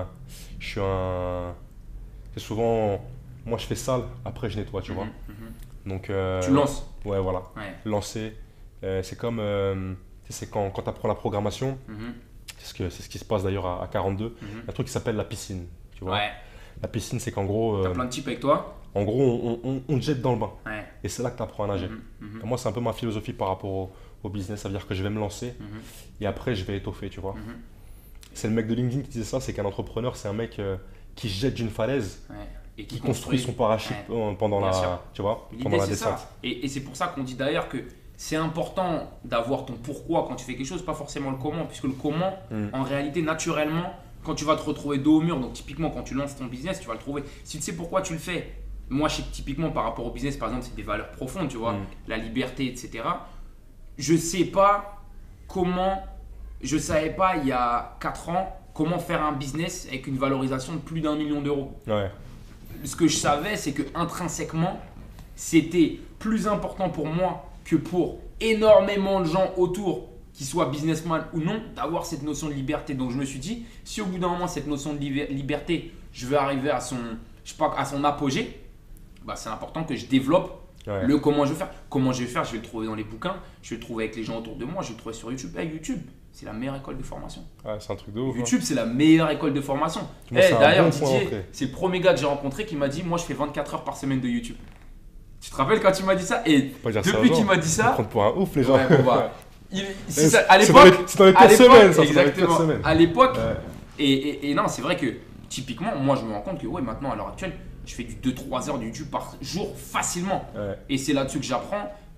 c'est souvent, moi je fais sale, après je nettoie, tu vois. Donc tu lances. Ouais, voilà. Lancer. C'est comme c'est quand tu apprends la programmation, c'est ce qui se passe d'ailleurs à 42. Un truc qui s'appelle la piscine, tu vois. La piscine, c'est qu'en gros. T'as plein de types avec toi? En gros, on te jette dans le bain. Et c'est là que tu apprends à nager. Moi, c'est un peu ma philosophie par rapport au business. Ça veut dire que je vais me lancer et après, je vais étoffer, tu vois. C'est le mec de LinkedIn qui disait ça, c'est qu'un entrepreneur, c'est un mec qui se jette d'une falaise et qui construit son parachute pendant la descente. Et c'est pour ça qu'on dit d'ailleurs que c'est important d'avoir ton pourquoi quand tu fais quelque chose, pas forcément le comment. Puisque le comment, en réalité, naturellement, quand tu vas te retrouver dos au mur, donc typiquement quand tu lances ton business, tu vas le trouver. Si tu sais pourquoi tu le fais, moi je sais que typiquement par rapport au business, par exemple, c'est des valeurs profondes, tu vois, la liberté, etc. Je sais pas comment, je savais pas il y a 4 ans comment faire un business avec une valorisation de plus d'1 million d'euros. Ce que je savais, c'est que intrinsèquement, c'était plus important pour moi que pour énormément de gens autour, qu'ils soient businessman ou non, d'avoir cette notion de liberté. Donc je me suis dit, si au bout d'un moment cette notion de liberté, je veux arriver à son apogée, bah, c'est important que je développe le comment je vais faire. Comment je vais faire, je vais le trouver dans les bouquins, je vais le trouver avec les gens autour de moi, je vais le trouver sur YouTube. YouTube, c'est la meilleure école de formation. C'est un truc de ouf. YouTube, c'est la meilleure école de formation. D'ailleurs, Didier, c'est le premier gars que j'ai rencontré qui m'a dit, moi je fais 24 heures par semaine de YouTube. Tu te rappelles quand tu m'as dit ça? Et depuis qu'il m'a dit ça, prendre pour un ouf les gens. À l'époque, c'est dans les pires semaines, ça. Exactement. À l'époque, et non, c'est vrai que typiquement, moi je me rends compte que maintenant à l'heure actuelle, je fais du 2-3 heures de YouTube par jour facilement. Et c'est là-dessus que j'apprends.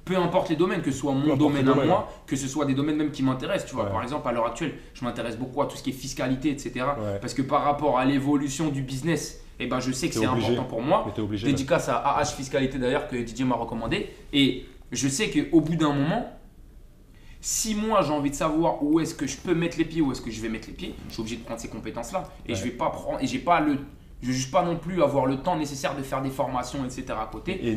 peu importe les domaines, que ce soit mon domaine à moi, que ce soit des domaines même qui m'intéressent. Tu vois, par exemple, à l'heure actuelle, je m'intéresse beaucoup à tout ce qui est fiscalité, etc. Parce que par rapport à l'évolution du business, eh ben, je sais que c'est important pour moi. Dédicace à AH Fiscalité d'ailleurs que Didier m'a recommandé. Et je sais qu'au bout d'un moment, si moi j'ai envie de savoir où est-ce que je peux mettre les pieds, où est-ce que je vais mettre les pieds, je suis obligé de prendre ces compétences-là. Et je vais pas prendre, et je ne juge pas non plus avoir le temps nécessaire de faire des formations, etc. à côté. Et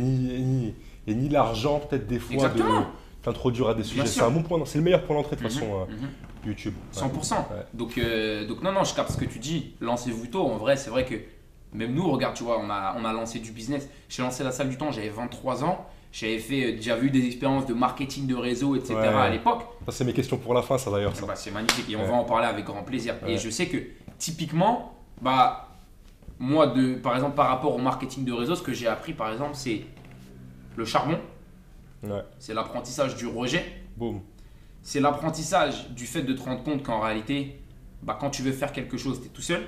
ni l'argent peut-être des fois de t'introduire à des sujets. C'est un bon point, c'est le meilleur point d'entrée de toute façon YouTube. 100%. Donc non, je capte ce que tu dis. Lancez-vous tôt. En vrai, c'est vrai que même nous, regarde, tu vois, on a lancé du business. J'ai lancé la salle du temps, j'avais 23 ans. J'avais déjà vu des expériences de marketing de réseau, etc. à l'époque. Ça, c'est mes questions pour la fin, ça d'ailleurs. Bah, c'est magnifique et on va en parler avec grand plaisir. Et je sais que typiquement, bah, moi, par exemple, par rapport au marketing de réseau, ce que j'ai appris, par exemple, c'est le charbon. C'est l'apprentissage du rejet. Boum. C'est l'apprentissage du fait de te rendre compte qu'en réalité, bah, quand tu veux faire quelque chose, tu es tout seul.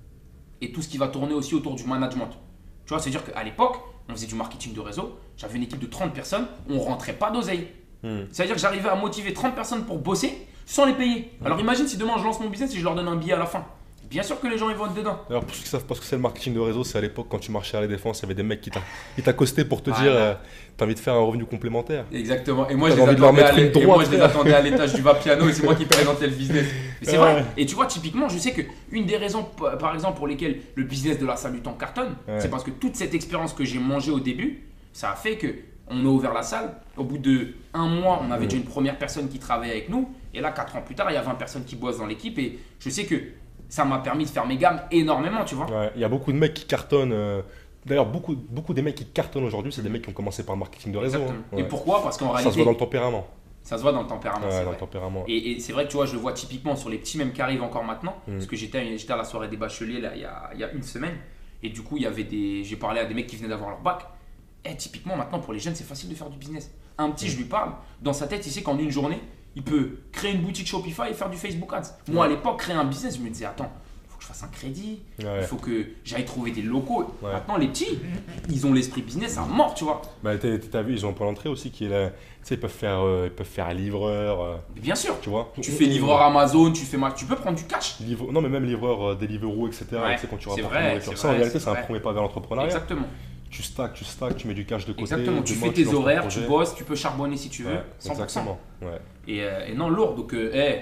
Et tout ce qui va tourner aussi autour du management. Tu vois, c'est-à-dire qu'à l'époque, on faisait du marketing de réseau. J'avais une équipe de 30 personnes, on ne rentrait pas d'oseille. C'est-à-dire que j'arrivais à motiver 30 personnes pour bosser sans les payer. Alors imagine si demain je lance mon business et je leur donne un billet à la fin. Bien sûr que les gens ils vont être dedans. Alors pour ceux qui savent pas ce que c'est le marketing de réseau, c'est à l'époque quand tu marchais à la Défense, il y avait des mecs qui t'accostaient pour te dire t'as envie de faire un revenu complémentaire. Exactement. Et moi je les attendais à l'étage du Vapiano et c'est moi qui présentais le business. Mais c'est vrai. Et tu vois typiquement, je sais que une des raisons par exemple pour lesquelles le business de la salle du temps cartonne, c'est parce que toute cette expérience que j'ai mangée au début, ça a fait que on a ouvert la salle. Au bout de 1 mois, on avait déjà une première personne qui travaillait avec nous. Et là, 4 ans plus tard, il y a 20 personnes qui bossent dans l'équipe. Et je sais que ça m'a permis de faire mes gammes énormément, tu vois. Il y a beaucoup de mecs qui cartonnent. D'ailleurs, beaucoup des mecs qui cartonnent aujourd'hui, c'est des mecs qui ont commencé par le marketing de réseau. Et pourquoi? Parce qu'en réalité… Ça se voit dans le tempérament. Ça se voit dans le tempérament, c'est dans vrai. Le tempérament. Et c'est vrai que tu vois, je le vois typiquement sur les petits même qui arrivent encore maintenant. Parce que j'étais à la soirée des bacheliers là, il y a 1 semaine. Et du coup, j'ai parlé à des mecs qui venaient d'avoir leur bac. Et typiquement, maintenant, pour les jeunes, c'est facile de faire du business. Un petit, je lui parle. Dans sa tête, il sait qu'en une journée, il peut créer une boutique Shopify et faire du Facebook Ads. Moi, à l'époque, créer un business, je me disais, attends, il faut que je fasse un crédit. Il faut que j'aille trouver des locaux. Maintenant, les petits, ils ont l'esprit business à mort, tu vois. Bah, t'as vu, ils ont un point d'entrée aussi qui est là. Tu sais, ils peuvent faire livreur. Bien sûr. Tu vois. Tu fais livreur Amazon, tu peux prendre du cash. Non, mais même livreur Deliveroo, etc. Tu sais, quand tu rapportes la nourriture. Ça, en réalité, c'est un premier pas vers l'entrepreneuriat. Exactement. Tu stacks, tu mets du cash de côté. Exactement, tu fais tes horaires, tu bosses, tu peux charbonner si tu veux, 100%. Exactement. Et non, lourd. Donc,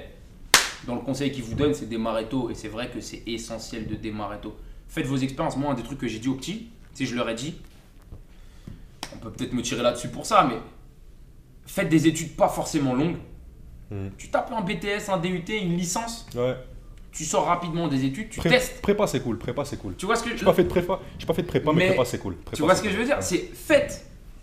dans le conseil qu'ils vous donnent, c'est démarrer tôt. Et c'est vrai que c'est essentiel de démarrer tôt. Faites vos expériences. Moi, un des trucs que j'ai dit aux petits, tu sais, je leur ai dit, on peut peut-être me tirer là-dessus pour ça, mais faites des études pas forcément longues. Tu tapes un BTS, un DUT, une licence. Tu sors rapidement des études, tu testes. Prépa, c'est cool. Tu vois ce que j'ai pas fait de prépa, mais prépa, c'est cool. Tu vois ce que je veux dire? C'est faites.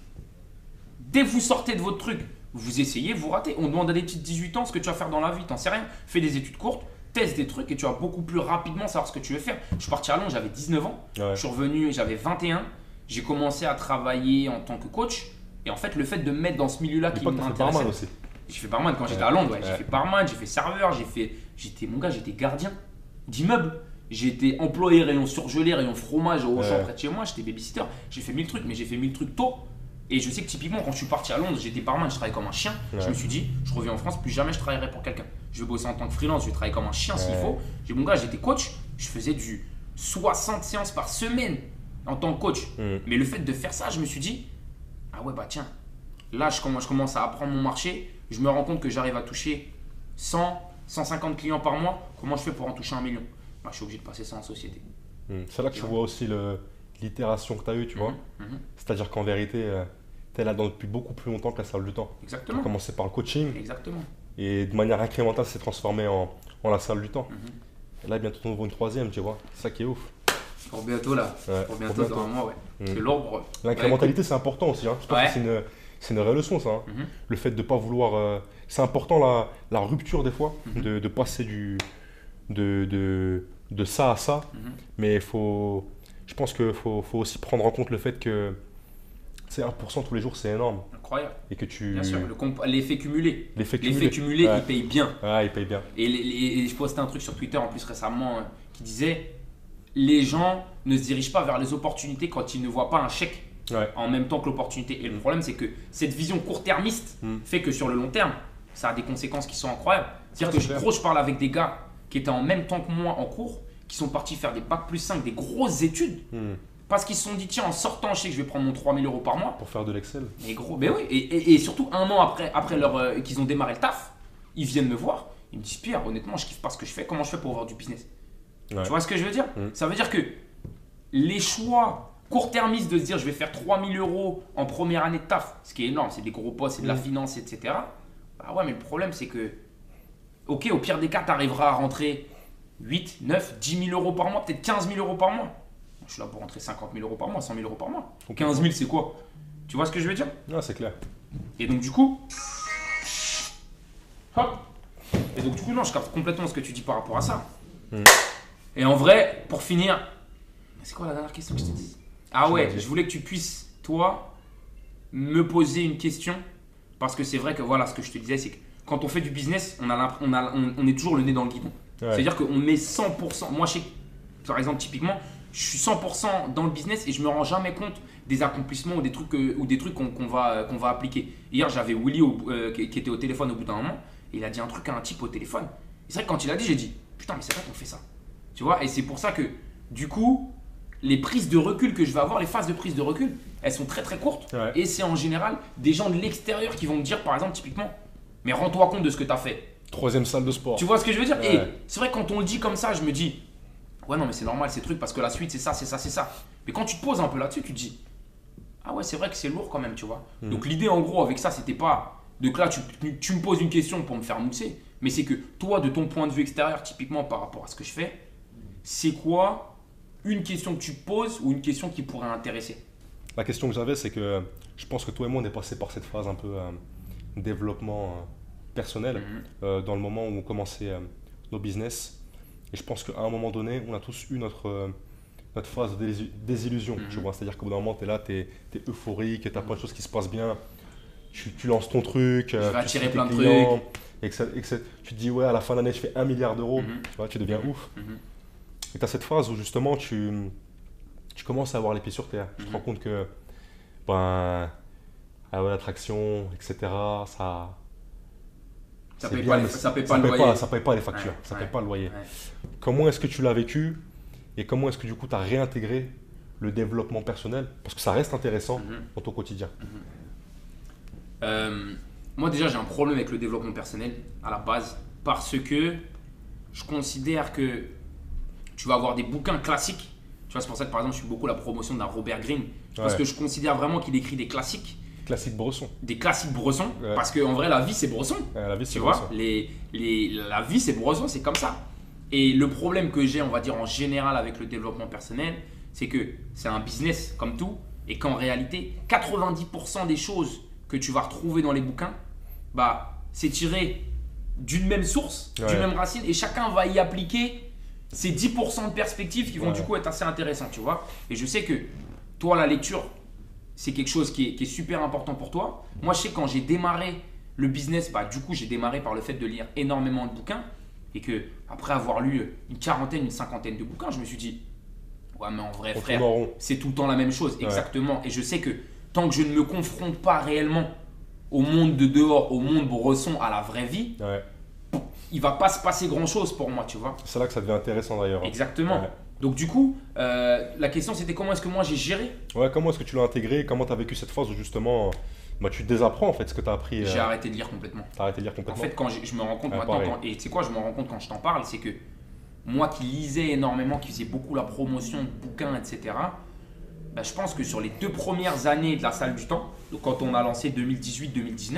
Dès que vous sortez de votre truc, vous essayez, vous ratez. On demande à des petits de 18 ans ce que tu vas faire dans la vie, t'en sais rien. Fais des études courtes, teste des trucs et tu vas beaucoup plus rapidement savoir ce que tu veux faire. Je suis parti à Londres, j'avais 19 ans. Je suis revenu, j'avais 21. J'ai commencé à travailler en tant que coach. Et en fait, le fait de me mettre dans ce milieu-là qui m'intéressait. J'ai fait barman quand j'étais à Londres, j'ai fait barman, j'ai fait serveur, j'étais gardien d'immeuble, j'étais employé rayon surgelé, rayon fromage au champ près de chez moi, j'étais babysitter, j'ai fait 1000 trucs, mais j'ai fait 1000 trucs tôt. Et je sais que typiquement quand je suis parti à Londres, j'étais barman, je travaillais comme un chien, je me suis dit, je reviens en France, plus jamais je travaillerai pour quelqu'un. Je vais bosser en tant que freelance, je vais travailler comme un chien s'il faut. J'étais coach, je faisais du 60 séances par semaine en tant que coach. Mais le fait de faire ça, je me suis dit, ah ouais bah tiens, là je commence à apprendre mon marché. Je me rends compte que j'arrive à toucher 100, 150 clients par mois. Comment je fais pour en toucher 1 million? Bah, je suis obligé de passer ça en société. C'est là que tu vois aussi l'itération que tu as eue, tu vois. C'est-à-dire qu'en vérité, tu es là depuis beaucoup plus longtemps que la salle du temps. Exactement. Tu as commencé par le coaching. Exactement. Et de manière incrémentale, c'est transformé en la salle du temps. Et là, bientôt, on ouvre une 3e, tu vois. C'est ça qui est ouf. Pour bientôt, là. Pour bientôt, dans un mois, C'est lourd. L'incrémentalité, c'est important aussi. Je pense que c'est une vraie leçon, ça. Le fait de ne pas vouloir… c'est important, la rupture, des fois, de passer de ça à ça. Mais je pense qu'il faut aussi prendre en compte le fait que c'est 1% tous les jours, c'est énorme. Incroyable. Et que Bien sûr, l'effet cumulé. L'effet cumulé, il paye bien. Il paye bien. Et je postais un truc sur Twitter en plus récemment qui disait… Les gens ne se dirigent pas vers les opportunités quand ils ne voient pas un chèque en même temps que l'opportunité. Et le problème, c'est que cette vision court-termiste fait que sur le long terme, ça a des conséquences qui sont incroyables. C'est-à-dire que je parle avec des gars qui étaient en même temps que moi en cours, qui sont partis faire des bac+5, des grosses études, parce qu'ils se sont dit, tiens, en sortant, je sais que je vais prendre mon 3 000 € par mois. Pour faire de l'Excel. Mais gros, ben oui. Et surtout, un an après qu'ils ont démarré le taf, ils viennent me voir. Ils me disent, Pierre, honnêtement, je kiffe pas ce que je fais. Comment je fais pour avoir du business? Tu vois ce que je veux dire? Ça veut dire que les choix court-termistes de se dire, je vais faire 3 000 € en première année de taf, ce qui est énorme, c'est des gros postes, c'est de la finance, etc. Bah ouais, mais le problème, c'est que, ok, au pire des cas, tu arriveras à rentrer 8, 9, 10 000 € par mois, peut-être 15 000 € par mois. Je suis là pour rentrer 50 000 € par mois, 100 000 € par mois. 15 000, c'est quoi? Tu vois ce que je veux dire? Non, c'est clair. Et donc, du coup, hop. Et donc, du coup, non, je capte complètement ce que tu dis par rapport à ça. Et en vrai, pour finir, c'est quoi la dernière question que je te dis? Ah ouais, je voulais que tu puisses, toi, me poser une question. Parce que c'est vrai que voilà, ce que je te disais, c'est que quand on fait du business, on est toujours le nez dans le guidon. C'est-à-dire qu'on met 100%. Moi, je sais, par exemple, typiquement, je suis 100% dans le business et je me rends jamais compte des accomplissements ou des trucs qu'on va appliquer. Hier, j'avais Willy qui était au téléphone au bout d'un moment et il a dit un truc à un type au téléphone. Et c'est vrai que quand il a dit, j'ai dit putain, mais c'est vrai qu'on fait ça. Tu vois, et c'est pour ça que du coup, les prises de recul que je vais avoir, les phases de prise de recul, elles sont très très courtes. Et c'est en général des gens de l'extérieur qui vont me dire, par exemple, typiquement, mais rends-toi compte de ce que tu as fait. 3e salle de sport. Tu vois ce que je veux dire? Et c'est vrai que quand on le dit comme ça, je me dis, ouais, non, mais c'est normal ces trucs parce que la suite, c'est ça, c'est ça, c'est ça. Mais quand tu te poses un peu là-dessus, tu te dis, ah ouais, c'est vrai que c'est lourd quand même, tu vois. Donc l'idée, en gros, avec ça, c'était pas de que là, tu me poses une question pour me faire mousser, mais c'est que toi, de ton point de vue extérieur, typiquement par rapport à ce que je fais, c'est quoi une question que tu te poses ou une question qui pourrait intéresser? La question que j'avais, c'est que je pense que toi et moi, on est passé par cette phase un peu développement personnel dans le moment où on commençait nos business. Et je pense qu'à un moment donné, on a tous eu notre phase de désillusion. Tu vois, c'est-à-dire qu'au bout d'un moment, tu es là, tu es euphorique, tu as plein de choses qui se passent bien. Tu lances ton truc, tu vas attirer plein de clients, et tu te dis, ouais, à la fin de l'année, je fais 1 milliard d'euros. Tu vois, tu deviens ouf. Et tu as cette phase où justement, tu commences à avoir les pieds sur terre. Tu te rends compte que l'attraction, etc., ça paye pas le loyer. Ça paye pas les factures, ça paye pas le loyer. Comment est-ce que tu l'as vécu et comment est-ce que du coup tu as réintégré le développement personnel? Parce que ça reste intéressant dans ton quotidien. Moi déjà j'ai un problème avec le développement personnel à la base parce que je considère que tu vas avoir des bouquins classiques. Tu vois, c'est pour ça que par exemple je suis beaucoup la promotion d'un Robert Greene parce que je considère vraiment qu'il écrit des classiques. Classique Bresson. Des classiques Bresson, parce qu'en vrai, la vie, c'est Bresson. La vie, c'est Bresson. La vie, c'est Bresson, c'est comme ça. Et le problème que j'ai, on va dire en général avec le développement personnel, c'est que c'est un business comme tout, et qu'en réalité, 90% des choses que tu vas retrouver dans les bouquins, c'est tiré d'une même source, d'une même racine, et chacun va y appliquer ces 10% de perspectives qui vont du coup être assez intéressantes, tu vois. Et je sais que toi, la lecture, c'est quelque chose qui est super important pour toi. Moi, je sais que quand j'ai démarré le business, du coup, j'ai démarré par le fait de lire énormément de bouquins et que après avoir lu une quarantaine, une cinquantaine de bouquins, je me suis dit, ouais, mais en vrai, frère, c'est tout le temps la même chose. Exactement. Et je sais que tant que je ne me confronte pas réellement au monde de dehors, au monde Bresson, à la vraie vie, il va pas se passer grand-chose pour moi, tu vois. C'est là que ça devient intéressant d'ailleurs. Exactement. Donc du coup, la question c'était comment est-ce que moi j'ai géré? Ouais, comment est-ce que tu l'as intégré? Comment tu as vécu cette phase où justement tu désapprends en fait ce que tu as appris? J'ai arrêté de lire complètement. T'as arrêté de lire complètement? En fait, quand je me rends compte maintenant, et tu sais quoi, je me rends compte quand je t'en parle, c'est que moi qui lisais énormément, qui faisais beaucoup la promotion de bouquins, etc., je pense que sur les 2 premières années de la salle du temps, donc quand on a lancé 2018-2019,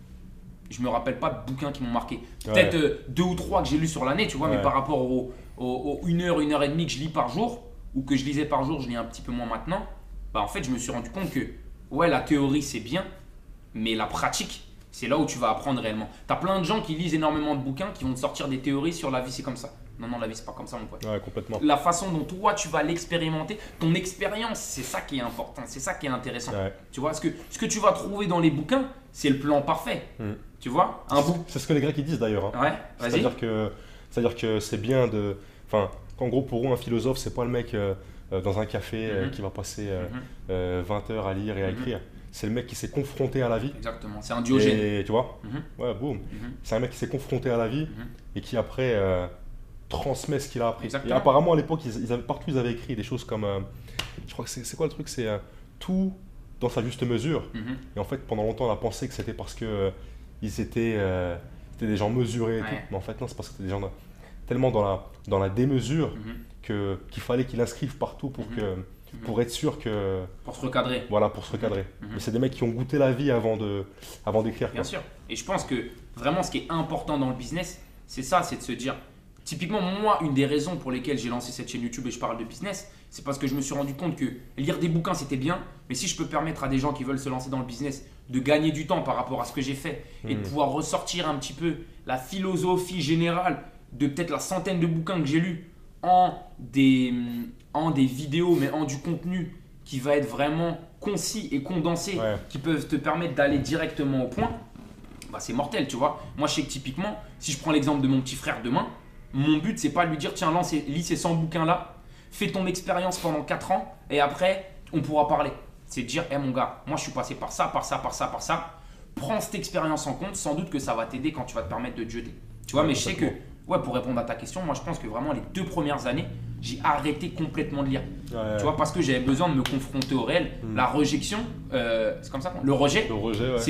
je me rappelle pas de bouquins qui m'ont marqué. Peut-être 2 ou 3 que j'ai lus sur l'année, tu vois, mais par rapport aux 1 heure, 1 heure et demie que je lis par jour, ou que je lisais par jour, je lis un petit peu moins maintenant, en fait, je me suis rendu compte que la théorie c'est bien, mais la pratique, c'est là où tu vas apprendre réellement. Tu as plein de gens qui lisent énormément de bouquins qui vont te sortir des théories sur la vie, c'est comme ça. Non, la vie, c'est pas comme ça, mon pote. Ouais, complètement. La façon dont toi, tu vas l'expérimenter, ton expérience, c'est ça qui est important, c'est ça qui est intéressant. Tu vois, ce que tu vas trouver dans les bouquins, c'est le plan parfait. Tu vois, c'est ce que les Grecs ils disent d'ailleurs. Ouais, vas-y. C'est-à-dire que c'est bien de… Enfin, qu'en gros, pour eux, un philosophe, c'est pas le mec dans un café qui va passer 20 heures à lire et à écrire. C'est le mec qui s'est confronté à la vie. Exactement, c'est un Diogène. Et tu vois, ouais, boum. C'est un mec qui s'est confronté à la vie et qui après transmet ce qu'il a appris. Exactement. Et apparemment, à l'époque, partout, ils avaient écrit des choses comme, je crois que c'est quoi le truc, c'est tout dans sa juste mesure. Et en fait, pendant longtemps, on a pensé que c'était parce que ils étaient des gens mesurés et tout. Mais en fait, non, c'est parce que c'était des gens tellement dans la démesure qu'il fallait qu'ils l'inscrivent partout pour être sûr que... Pour se recadrer. Voilà, pour se recadrer. Mais c'est des mecs qui ont goûté la vie avant d'écrire. Bien sûr. Et je pense que vraiment, ce qui est important dans le business, c'est ça, c'est de se dire... Typiquement, moi, une des raisons pour lesquelles j'ai lancé cette chaîne YouTube et je parle de business, c'est parce que je me suis rendu compte que lire des bouquins, c'était bien, mais si je peux permettre à des gens qui veulent se lancer dans le business de gagner du temps par rapport à ce que j'ai fait et de pouvoir ressortir un petit peu la philosophie générale de peut-être la centaine de bouquins que j'ai lus en des vidéos, mais en du contenu qui va être vraiment concis et condensé, qui peuvent te permettre d'aller directement au point, bah c'est mortel, tu vois. Moi, je sais que typiquement, si je prends l'exemple de mon petit frère demain, mon but, c'est pas de lui dire tiens, lis ces 100 bouquins-là, fais ton expérience pendant 4 ans et après, on pourra parler. C'est de dire, hé mon gars, moi je suis passé par ça, par ça, par ça, par ça. Prends cette expérience en compte, sans doute que ça va t'aider quand tu vas te permettre de te jeter. Tu vois, mais je sais que, pour répondre à ta question, moi je pense que vraiment les 2 premières années, j'ai arrêté complètement de lire. Tu vois, parce que j'avais besoin de me confronter au réel. La rejection, c'est comme ça le rejet, c'est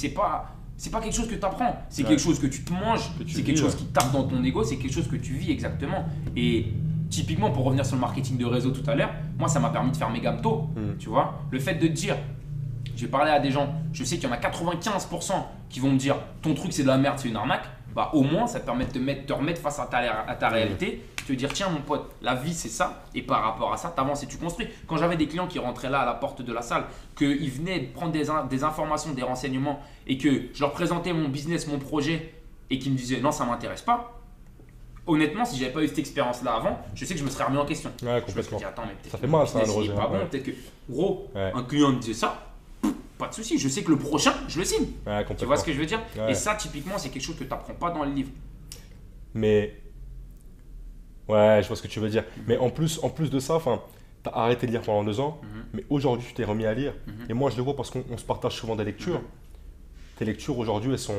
pas quelque chose que tu apprends, c'est quelque chose que tu te manges, c'est quelque chose qui tape dans ton ego, c'est quelque chose que tu vis exactement. Et typiquement, pour revenir sur le marketing de réseau tout à l'heure, moi ça m'a permis de faire mes gammes tôt. Tu vois, le fait de te dire, j'ai parlé à des gens, je sais qu'il y en a 95% qui vont me dire ton truc c'est de la merde, c'est une arnaque. Bah, au moins ça te permet de te remettre face à ta réalité, te dire tiens mon pote, la vie c'est ça, et par rapport à ça tu avances et tu construis. Quand j'avais des clients qui rentraient là à la porte de la salle, qu'ils venaient prendre des informations, des renseignements et que je leur présentais mon business, mon projet et qu'ils me disaient non ça m'intéresse pas, honnêtement si j'avais pas eu cette expérience là avant, je sais que je me serais remis en question. Je me serais dit attends mais peut-être ça fait mal ça, c'est pas bon, peut-être que gros, un client me disait ça, pas de souci, je sais que le prochain, je le signe. Tu vois ce que je veux dire? Et ça, typiquement, c'est quelque chose que tu n'apprends pas dans le livre. Mais, ouais, je vois ce que tu veux dire. Mais en plus de ça, tu as arrêté de lire pendant 2 ans, mais aujourd'hui, tu t'es remis à lire. Et moi, je le vois parce qu'on se partage souvent des lectures. Tes lectures, aujourd'hui, elles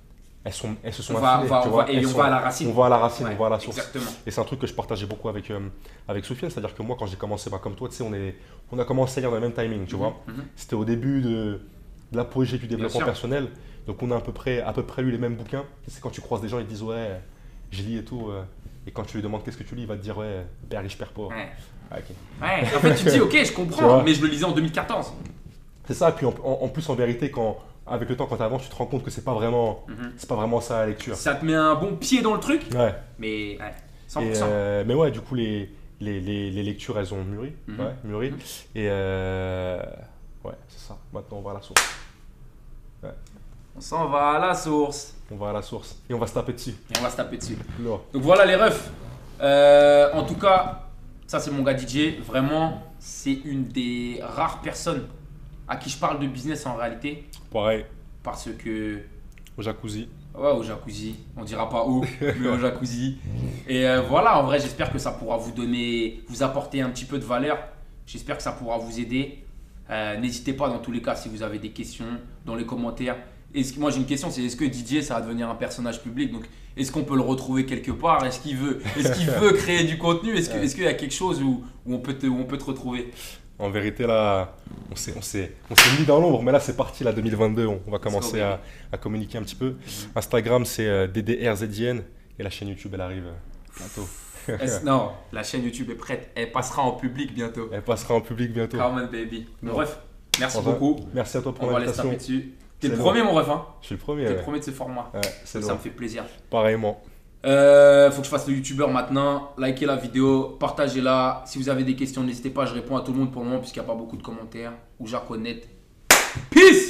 se sont affinées. On va à la racine. On va à la racine, on va à la source. Exactement. Et c'est un truc que je partageais beaucoup avec Soufiane, c'est-à-dire que moi, quand j'ai commencé, comme toi, tu sais, on a commencé à lire dans le même timing, tu vois. C'était au début de l'apogée du développement personnel, donc on a à peu près lu les mêmes bouquins. C'est quand tu croises des gens, ils te disent ouais, je lis et tout, et quand tu lui demandes qu'est-ce que tu lis, il va te dire ouais, père riche, père pauvre. En fait, tu te dis ok, je comprends, mais je le lisais en 2014. C'est ça, et puis en plus, en vérité, avec le temps, quand tu avances, tu te rends compte que c'est pas vraiment ça la lecture. Ça te met un bon pied dans le truc, mais 100%. Mais ouais, du coup, les lectures, elles ont mûri. Et ouais, c'est ça. Maintenant, on va à la source. On s'en va à la source. On va à la source. Et on va se taper dessus. Donc voilà les refs. En tout cas, ça c'est mon gars DJ. Vraiment, c'est une des rares personnes à qui je parle de business en réalité. Pareil. Parce que... Au jacuzzi. Ouais, au jacuzzi. On dira pas où, mais au jacuzzi. Et voilà, en vrai, j'espère que ça pourra vous apporter un petit peu de valeur. J'espère que ça pourra vous aider. N'hésitez pas dans tous les cas si vous avez des questions dans les commentaires. Moi j'ai une question, c'est est-ce que Didier ça va devenir un personnage public? Donc est-ce qu'on peut le retrouver quelque part? Est-ce qu'il veut créer du contenu? Est-ce qu'il y a quelque chose où on peut te retrouver? En vérité là, on s'est mis dans l'ombre, mais là c'est parti là 2022, on va commencer à communiquer un petit peu. Instagram c'est DDRZN et la chaîne YouTube elle arrive bientôt. Non, la chaîne YouTube est prête, elle passera en public bientôt. Come on baby. Bref, merci beaucoup. Merci à toi pour On l'invitation. va aller se taper dessus. T'es le premier mon ref hein? Je suis le premier. T'es le premier de ce format. Ça me fait plaisir. Pareillement. Faut que je fasse le youtubeur maintenant. Likez la vidéo, partagez-la. Si vous avez des questions, n'hésitez pas, je réponds à tout le monde pour le moment puisqu'il n'y a pas beaucoup de commentaires. Ou j'acconnecte. Peace!